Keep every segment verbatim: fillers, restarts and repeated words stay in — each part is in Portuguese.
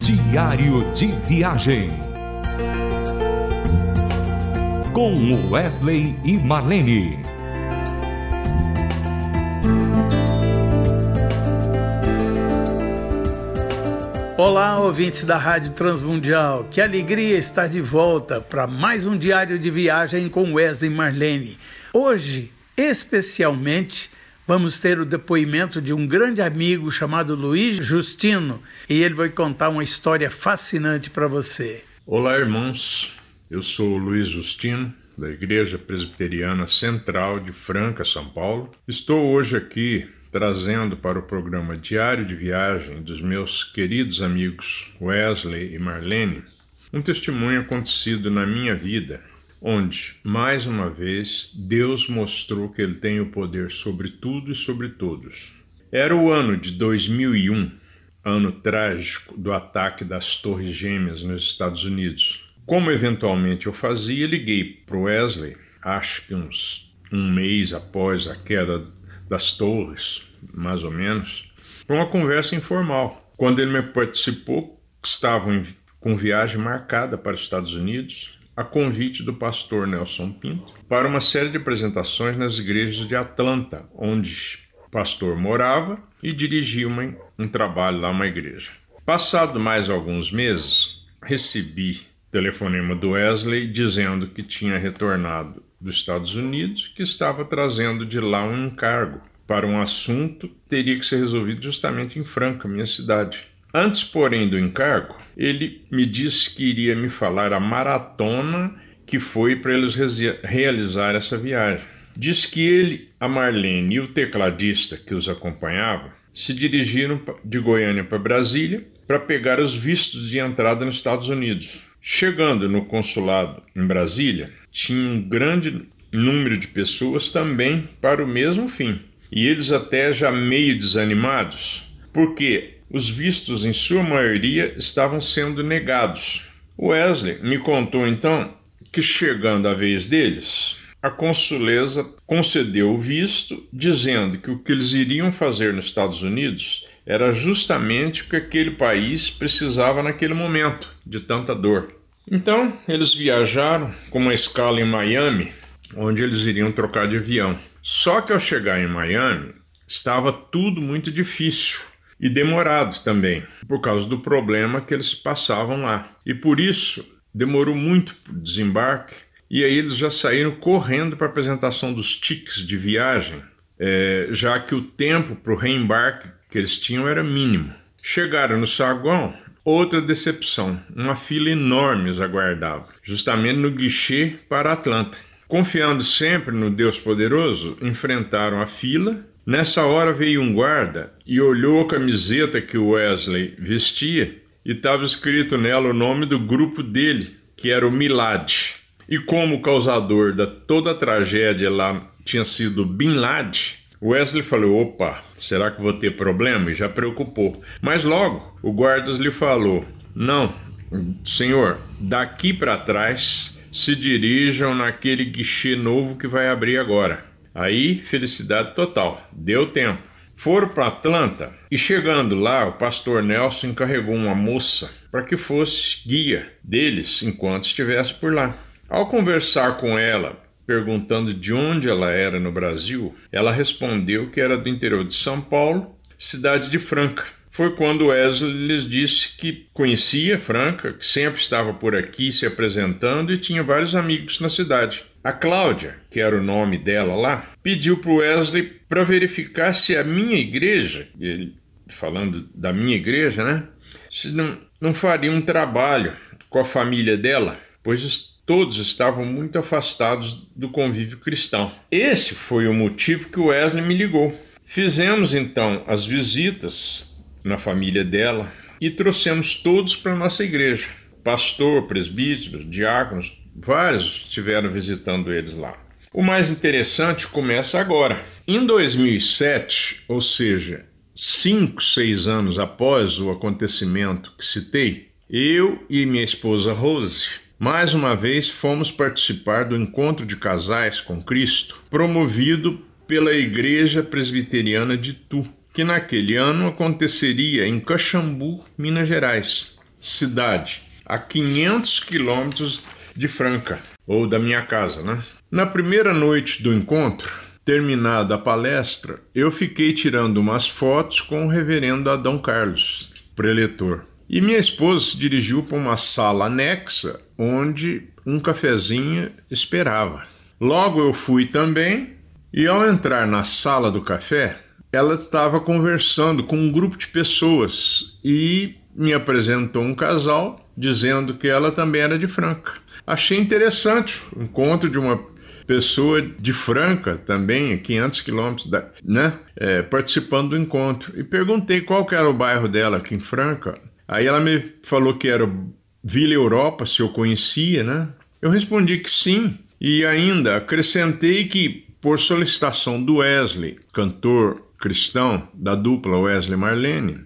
Diário de Viagem, com Wesley e Marlene. Olá, ouvintes da Rádio Transmundial, que alegria estar de volta para mais um Diário de Viagem com Wesley e Marlene. Hoje, especialmente, vamos ter o depoimento de um grande amigo chamado Luiz Justino, e ele vai contar uma história fascinante para você. Olá, irmãos. Eu sou o Luiz Justino, da Igreja Presbiteriana Central de Franca, São Paulo. Estou hoje aqui trazendo para o programa Diário de Viagem dos meus queridos amigos Wesley e Marlene um testemunho acontecido na minha vida, onde, mais uma vez, Deus mostrou que Ele tem o poder sobre tudo e sobre todos. Era o ano de dois mil e um, ano trágico do ataque das Torres Gêmeas nos Estados Unidos. Como eventualmente eu fazia, liguei para o Wesley, acho que uns um mês após a queda das torres, mais ou menos, para uma conversa informal. Quando ele me participou, estavam com viagem marcada para os Estados Unidos, a convite do pastor Nelson Pinto, para uma série de apresentações nas igrejas de Atlanta, onde o pastor morava e dirigia uma, um trabalho lá, uma igreja. Passado mais alguns meses, recebi telefonema do Wesley dizendo que tinha retornado dos Estados Unidos, que estava trazendo de lá um encargo para um assunto que teria que ser resolvido justamente em Franca, minha cidade. Antes, porém, do encargo, ele me disse que iria me falar a maratona que foi para eles realizar essa viagem. Diz que ele, a Marlene e o tecladista que os acompanhava se dirigiram de Goiânia para Brasília para pegar os vistos de entrada nos Estados Unidos. Chegando no consulado em Brasília, tinha um grande número de pessoas também para o mesmo fim. E eles até já meio desanimados, porque os vistos, em sua maioria, estavam sendo negados. O Wesley me contou, então, que chegando a vez deles, a consuleza concedeu o visto, dizendo que o que eles iriam fazer nos Estados Unidos era justamente o que aquele país precisava naquele momento, de tanta dor. Então, eles viajaram com uma escala em Miami, onde eles iriam trocar de avião. Só que ao chegar em Miami, estava tudo muito difícil e demorado também, por causa do problema que eles passavam lá. E por isso, demorou muito o desembarque, e aí eles já saíram correndo para a apresentação dos tickets de viagem, é, já que o tempo para o reembarque que eles tinham era mínimo. Chegaram no saguão, outra decepção, uma fila enorme os aguardava, justamente no guichê para Atlanta. Confiando sempre no Deus poderoso, enfrentaram a fila. Nessa hora veio um guarda e olhou a camiseta que o Wesley vestia e estava escrito nela o nome do grupo dele, que era o Milad. E como o causador de toda a tragédia lá tinha sido Bin Laden, Wesley falou: opa, será que vou ter problema? E já preocupou. Mas logo o guarda lhe falou: não, senhor, daqui para trás se dirijam naquele guichê novo que vai abrir agora. Aí, felicidade total. Deu tempo. Foram para Atlanta e, chegando lá, o pastor Nelson encarregou uma moça para que fosse guia deles enquanto estivesse por lá. Ao conversar com ela, perguntando de onde ela era no Brasil, ela respondeu que era do interior de São Paulo, cidade de Franca. Foi quando Wesley lhes disse que conhecia Franca, que sempre estava por aqui se apresentando e tinha vários amigos na cidade. A Cláudia, que era o nome dela lá, pediu para o Wesley para verificar se a minha igreja, ele falando da minha igreja, né, se não, não faria um trabalho com a família dela, pois todos estavam muito afastados do convívio cristão. Esse foi o motivo que o Wesley me ligou. Fizemos então as visitas na família dela e trouxemos todos para a nossa igreja. Pastor, presbíteros, diáconos, vários estiveram visitando eles lá. O mais interessante começa agora. Em dois mil e sete, ou seja, cinco, seis anos após o acontecimento que citei, eu e minha esposa Rose, mais uma vez fomos participar do Encontro de Casais com Cristo, promovido pela Igreja Presbiteriana de Itu, que naquele ano aconteceria em Caxambu, Minas Gerais. cidade, a quinhentos quilômetros de Franca, ou da minha casa, né? Na primeira noite do encontro, terminada a palestra, eu fiquei tirando umas fotos com o reverendo Adão Carlos, preletor. E minha esposa se dirigiu para uma sala anexa, onde um cafezinho esperava. Logo eu fui também, e ao entrar na sala do café, ela estava conversando com um grupo de pessoas e me apresentou um casal, dizendo que ela também era de Franca. Achei interessante o encontro de uma pessoa de Franca, também a quinhentos quilômetros, da, né, é, participando do encontro. E perguntei qual que era o bairro dela aqui em Franca. Aí ela me falou que era Vila Europa, se eu conhecia, né? Eu respondi que sim, e ainda acrescentei que, por solicitação do Wesley, cantor cristão da dupla Wesley Marlene,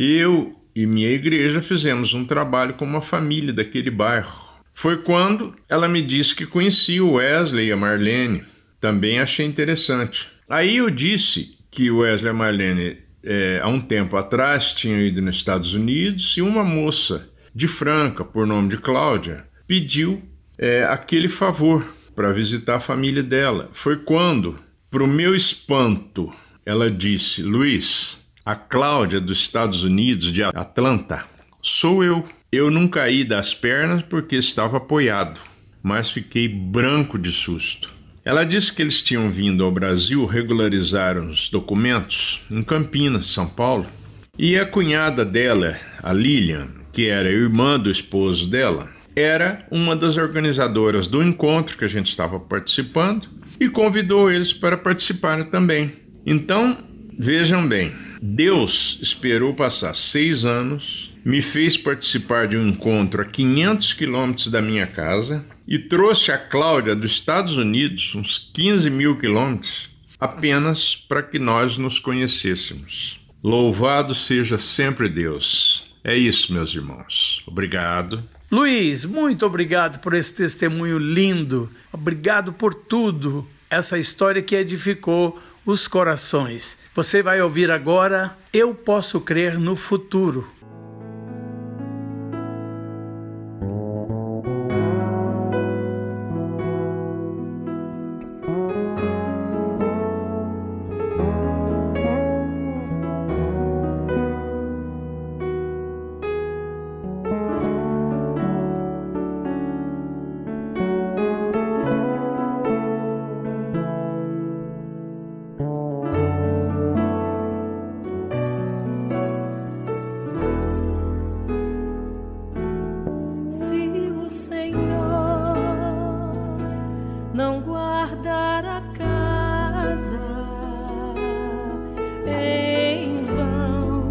eu e minha igreja fizemos um trabalho com uma família daquele bairro. Foi quando ela me disse que conhecia o Wesley e a Marlene. Também achei interessante. Aí eu disse que o Wesley e a Marlene, é, há um tempo atrás, tinham ido nos Estados Unidos e uma moça de Franca, por nome de Cláudia, pediu é, aquele favor para visitar a família dela. Foi quando, para o meu espanto, ela disse: Luiz, a Cláudia dos Estados Unidos, de Atlanta, sou eu. Eu não caí das pernas porque estava apoiado, mas fiquei branco de susto. Ela disse que eles tinham vindo ao Brasil regularizar os documentos em Campinas, São Paulo, e a cunhada dela, a Lilian, que era irmã do esposo dela, era uma das organizadoras do encontro que a gente estava participando e convidou eles para participarem também. Então, vejam bem, Deus esperou passar seis anos, me fez participar de um encontro a quinhentos quilômetros da minha casa e trouxe a Cláudia dos Estados Unidos, uns quinze mil quilômetros, apenas para que nós nos conhecêssemos. Louvado seja sempre Deus. É isso, meus irmãos. Obrigado. Luiz, muito obrigado por esse testemunho lindo. Obrigado por tudo. Essa história que edificou os corações. Você vai ouvir agora Eu Posso Crer no Futuro. Não guardar a casa, em vão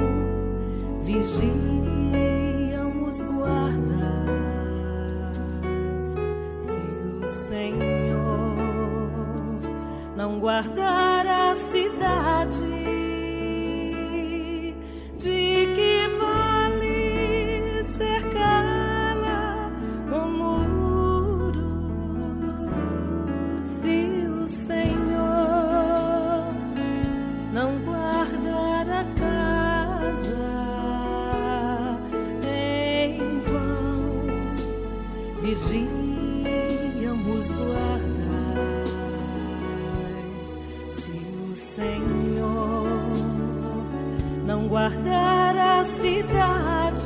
vigiam os guardas. Se o Senhor não guardar a cidade, de que vale cercá-la com muros? Se o Senhor não guardar a casa, em vão vigiam os guardas. Se o Senhor não guardar a cidade,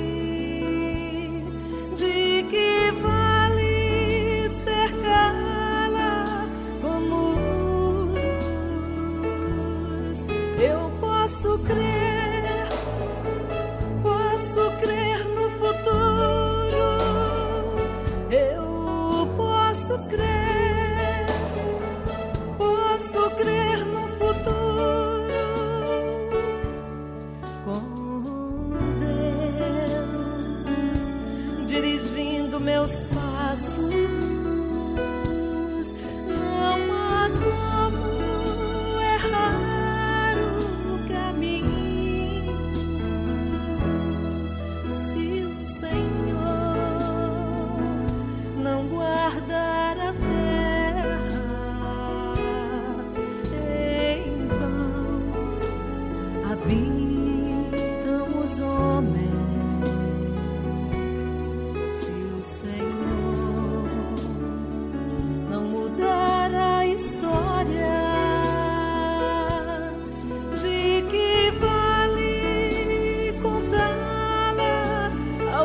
de que vale cercá-la com muros? Eu posso crer, posso crer no futuro. Eu posso crer, posso crer no futuro. Com Deus dirigindo meus passos, não há como errar o caminho. Se o Senhor não guardar a terra, em vão habitam os homens.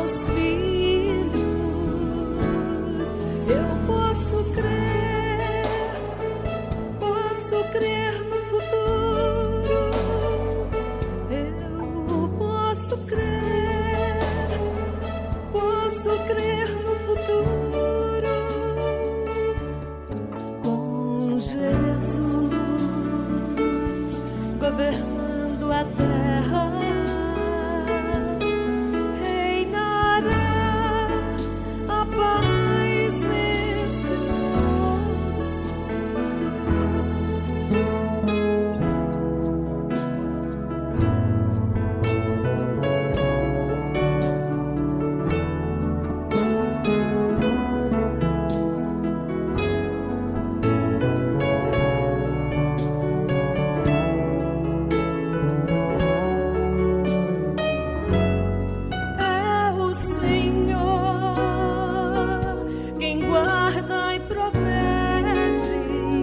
aos filhos. Eu posso crer, posso crer no futuro. Eu posso crer, posso crer no futuro. Com Jesus governando a terra, reinará a paz neste mundo. É o Senhor quem guarda e protege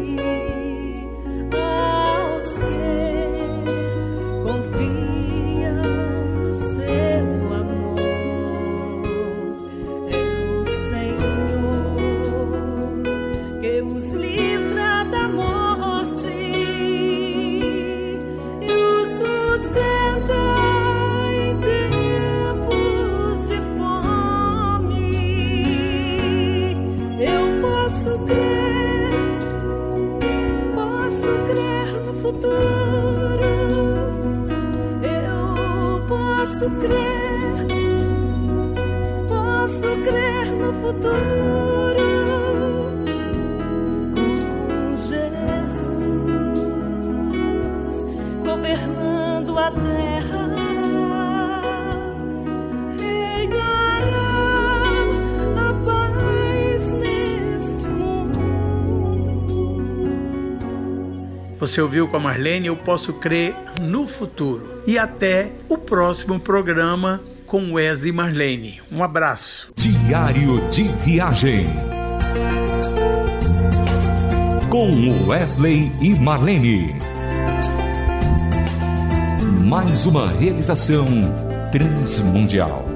aos que confiam no seu amor. É o Senhor que os livra da morte e os sustenta em tempos de fome. Eu posso crer, posso crer no futuro. Eu posso crer, posso crer no futuro. Com Jesus governando a terra, reinará a paz neste mundo. Você ouviu com a Marlene, Eu Posso Crer no Futuro. E até o próximo programa com Wesley e Marlene. Um abraço. Diário de Viagem com Wesley e Marlene. Mais uma realização Transmundial.